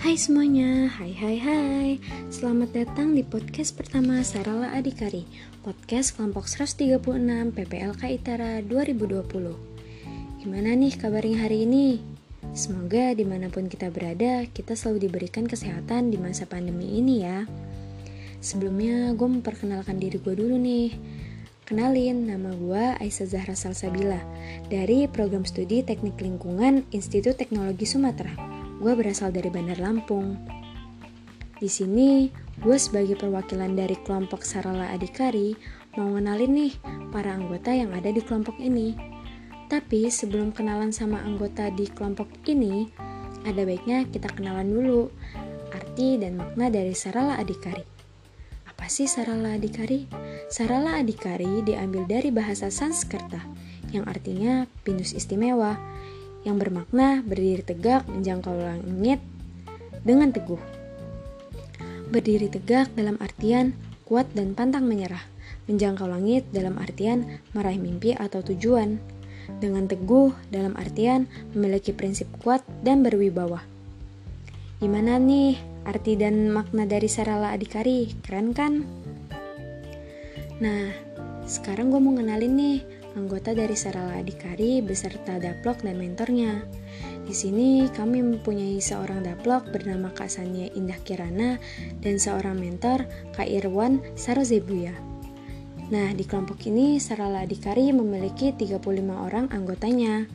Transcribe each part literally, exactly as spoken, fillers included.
Hai semuanya, hai hai hai. Selamat datang di podcast pertama Sarala Adhikari, podcast kelompok seratus tiga puluh enam P P L K ITERA dua ribu dua puluh. Gimana nih kabarnya hari ini? Semoga dimanapun kita berada, kita selalu diberikan kesehatan di masa pandemi ini ya. Sebelumnya gue memperkenalkan diri gue dulu nih. Kenalin, nama gue Aisyah Zahra Salsabila dari Program Studi Teknik Lingkungan Institut Teknologi Sumatera. Gue berasal dari Bandar Lampung. Di sini, gue sebagai perwakilan dari kelompok Sarala Adhikari mau ngenalin nih para anggota yang ada di kelompok ini. Tapi sebelum kenalan sama anggota di kelompok ini, ada baiknya kita kenalan dulu arti dan makna dari Sarala Adhikari. Apa sih Sarala Adhikari? Sarala Adhikari diambil dari bahasa Sanskerta yang artinya pinus istimewa, yang bermakna berdiri tegak menjangkau langit dengan teguh. Berdiri tegak dalam artian kuat dan pantang menyerah, menjangkau langit dalam artian meraih mimpi atau tujuan, dengan teguh dalam artian memiliki prinsip kuat dan berwibawa. Gimana nih arti dan makna dari Sarala Adhikari? Keren kan? Nah, sekarang gue mau ngenalin nih anggota dari Sarala Adhikari beserta daplok dan mentornya. Di sini kami mempunyai seorang daplok bernama Kak Sania Indah Kirana dan seorang mentor Kak Irwan Sarozebuya. Nah, di kelompok ini Sarala Adhikari memiliki tiga puluh lima orang anggotanya.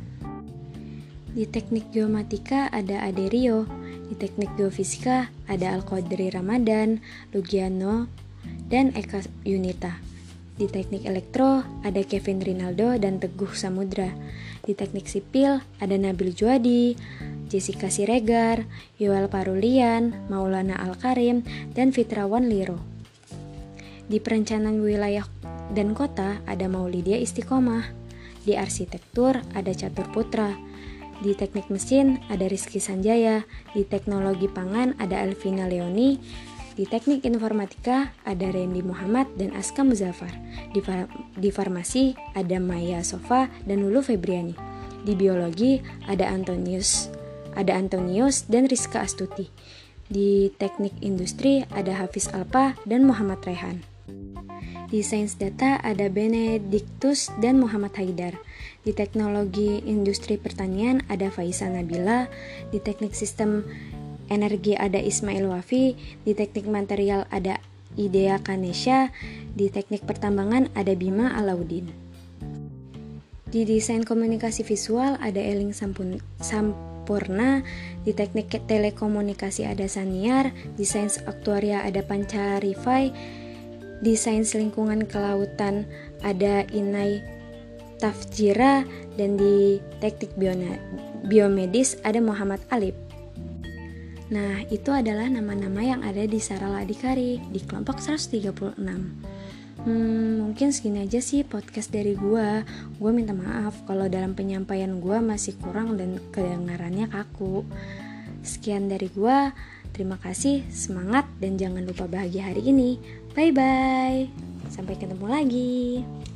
Di teknik geomatika ada Ade Rio, di teknik geofisika ada Al-Qadri Ramadan, Lugiano, dan Eka Yunita. Di teknik elektro ada Kevin Rinaldo dan Teguh Samudra. Di teknik sipil ada Nabil Juadi, Jessica Siregar, Yoel Parulian, Maulana Al-Karim, dan Fitrawan Liro. Di perencanaan wilayah dan kota ada Maulidia Istiqomah. Di arsitektur ada Catur Putra. Di teknik mesin ada Rizky Sanjaya. Di teknologi pangan ada Elvina Leoni. Di teknik informatika ada Randy Muhammad dan Aska Muzaffar. Di, far- di farmasi ada Maya Sofa dan Lulu Febriani. Di biologi ada Antonius, ada Antonius dan Rizka Astuti. Di teknik industri ada Hafiz Alpa dan Muhammad Rehan. Di sains data ada Benediktus dan Muhammad Haidar. Di teknologi industri pertanian ada Faisa Nabila. Di teknik sistem energi ada Ismail Wafi, di teknik material ada Idea Kanesha, di teknik pertambangan ada Bima Alauddin. Di desain komunikasi visual ada Eling Sampun- Sampurna, di teknik telekomunikasi ada Saniar, di sains aktuaria ada Panca Rifai, di sains lingkungan kelautan ada Inai Tafjira, dan di teknik biona- biomedis ada Muhammad Alip. Nah, itu adalah nama-nama yang ada di Sarala Adhikari di kelompok seratus tiga puluh enam. Hmm, mungkin segini aja sih podcast dari gue. Gue minta maaf kalau dalam penyampaian gue masih kurang dan kedengarannya kaku. Sekian dari gue. Terima kasih, semangat, dan jangan lupa bahagia hari ini. Bye-bye. Sampai ketemu lagi.